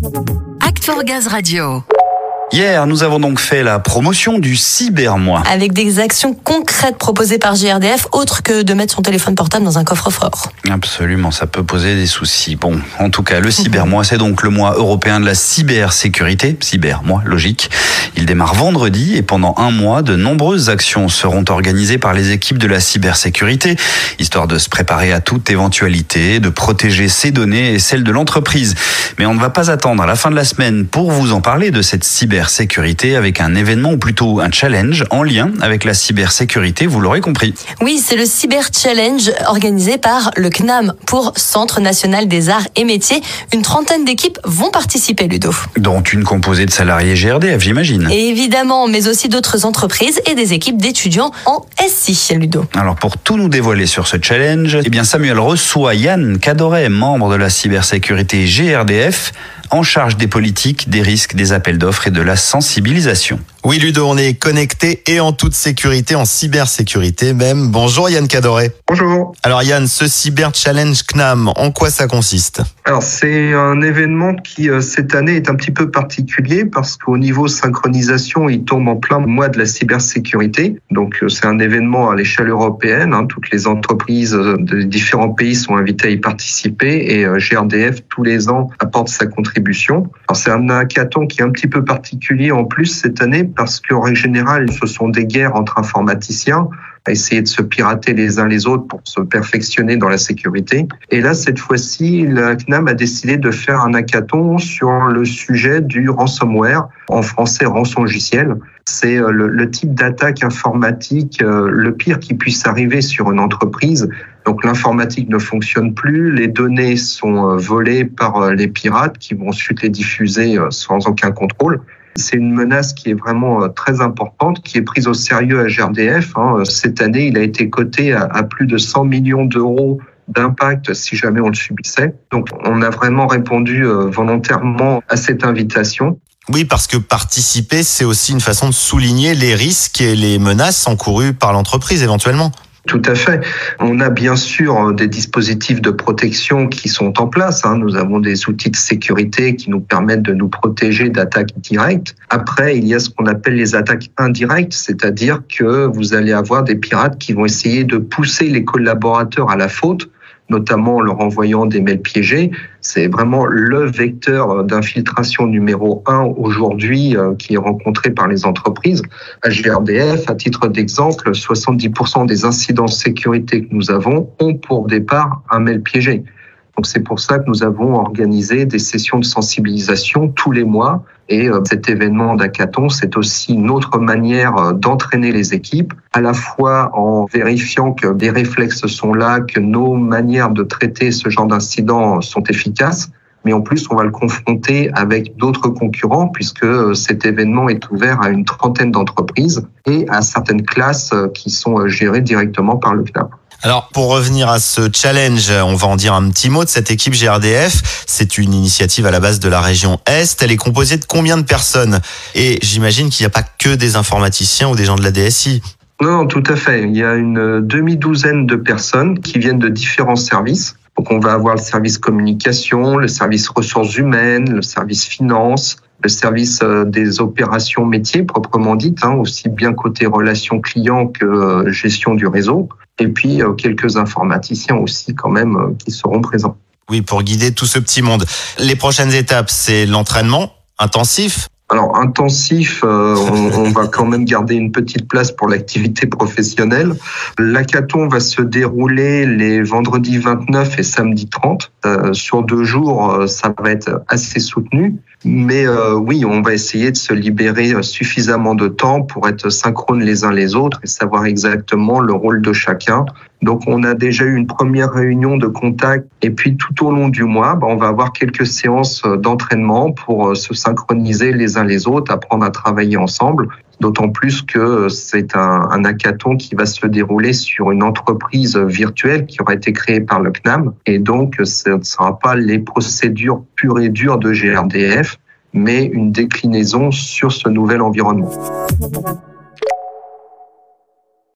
Act for Gaz Radio. Hier, nous avons donc fait la promotion du Cybermois. Avec des actions concrètes proposées par GRDF, autres que de mettre son téléphone portable dans un coffre-fort. Absolument, ça peut poser des soucis. Bon, en tout cas, le Cybermois, c'est donc le mois européen de la cybersécurité. Cybermois, logique. Il démarre vendredi et pendant un mois, de nombreuses actions seront organisées par les équipes de la cybersécurité, histoire de se préparer à toute éventualité, de protéger ses données et celles de l'entreprise. Mais on ne va pas attendre à la fin de la semaine pour vous en parler de cette cybersécurité avec un événement ou plutôt un challenge en lien avec la cybersécurité, vous l'aurez compris. Oui, c'est le Cyber Challenge organisé par le CNAM pour Centre National des Arts et Métiers. Une trentaine d'équipes vont participer, Ludo. Dont une composée de salariés GRDF, j'imagine. Et évidemment, mais aussi d'autres entreprises et des équipes d'étudiants en SI, Ludo. Alors pour tout nous dévoiler sur ce challenge, Samuel reçoit Yann Cadoret, membre de la cybersécurité GRDF, en charge des politiques, des risques, des appels d'offres et de la sensibilisation. Oui Ludo, on est connecté et en toute sécurité, en cybersécurité même. Bonjour Yann Cadoret. Bonjour. Alors Yann, ce Cyber Challenge CNAM, en quoi ça consiste ? Alors c'est un événement qui cette année est un petit peu particulier parce qu'au niveau synchronisation, il tombe en plein mois de la cybersécurité. Donc c'est un événement à l'échelle européenne. Toutes les entreprises de différents pays sont invitées à y participer et GRDF tous les ans apporte sa contribution. Alors c'est un hackathon qui est un petit peu particulier en plus cette année parce qu'en règle générale, ce sont des guerres entre informaticiens à essayer de se pirater les uns les autres pour se perfectionner dans la sécurité. Et là, cette fois-ci, la CNAM a décidé de faire un hackathon sur le sujet du ransomware, en français rançongiciel. C'est le type d'attaque informatique le pire qui puisse arriver sur une entreprise. Donc l'informatique ne fonctionne plus, les données sont volées par les pirates qui vont ensuite les diffuser sans aucun contrôle. C'est une menace qui est vraiment très importante, qui est prise au sérieux à GRDF. Cette année, il a été coté à plus de 100 millions d'euros d'impact si jamais on le subissait. Donc on a vraiment répondu volontairement à cette invitation. Oui, parce que participer, c'est aussi une façon de souligner les risques et les menaces encourues par l'entreprise éventuellement. Tout à fait. On a bien sûr des dispositifs de protection qui sont en place. Nous avons des outils de sécurité qui nous permettent de nous protéger d'attaques directes. Après, il y a ce qu'on appelle les attaques indirectes, c'est-à-dire que vous allez avoir des pirates qui vont essayer de pousser les collaborateurs à la faute, notamment en leur envoyant des mails piégés. C'est vraiment le vecteur d'infiltration numéro 1 aujourd'hui qui est rencontré par les entreprises. À GRDF, à titre d'exemple, 70% des incidents de sécurité que nous avons ont pour départ un mail piégé. Donc c'est pour ça que nous avons organisé des sessions de sensibilisation tous les mois. Et cet événement d'hackathon, c'est aussi une autre manière d'entraîner les équipes, à la fois en vérifiant que des réflexes sont là, que nos manières de traiter ce genre d'incidents sont efficaces. Mais en plus, on va le confronter avec d'autres concurrents puisque cet événement est ouvert à une trentaine d'entreprises et à certaines classes qui sont gérées directement par le CNAM. Alors, pour revenir à ce challenge, on va en dire un petit mot de cette équipe GRDF. C'est une initiative à la base de la région Est. Elle est composée de combien de personnes ? Et j'imagine qu'il n'y a pas que des informaticiens ou des gens de la DSI. Non, tout à fait. Il y a une demi-douzaine de personnes qui viennent de différents services. Donc, on va avoir le service communication, le service ressources humaines, le service finance, le service des opérations métiers proprement dites, aussi bien côté relations clients que gestion du réseau. Et puis quelques informaticiens aussi quand même qui seront présents. Oui, pour guider tout ce petit monde. Les prochaines étapes, c'est l'entraînement intensif. Alors intensif, on va quand même garder une petite place pour l'activité professionnelle. L'hackathon va se dérouler les vendredis 29 et samedi 30. Sur 2 jours, ça va être assez soutenu. Mais oui, on va essayer de se libérer suffisamment de temps pour être synchrones les uns les autres et savoir exactement le rôle de chacun. Donc, on a déjà eu une première réunion de contact et puis tout au long du mois, on va avoir quelques séances d'entraînement pour se synchroniser les uns les autres, apprendre à travailler ensemble. D'autant plus que c'est un hackathon qui va se dérouler sur une entreprise virtuelle qui aura été créée par le CNAM. Et donc, ce ne sera pas les procédures pures et dures de GRDF, mais une déclinaison sur ce nouvel environnement.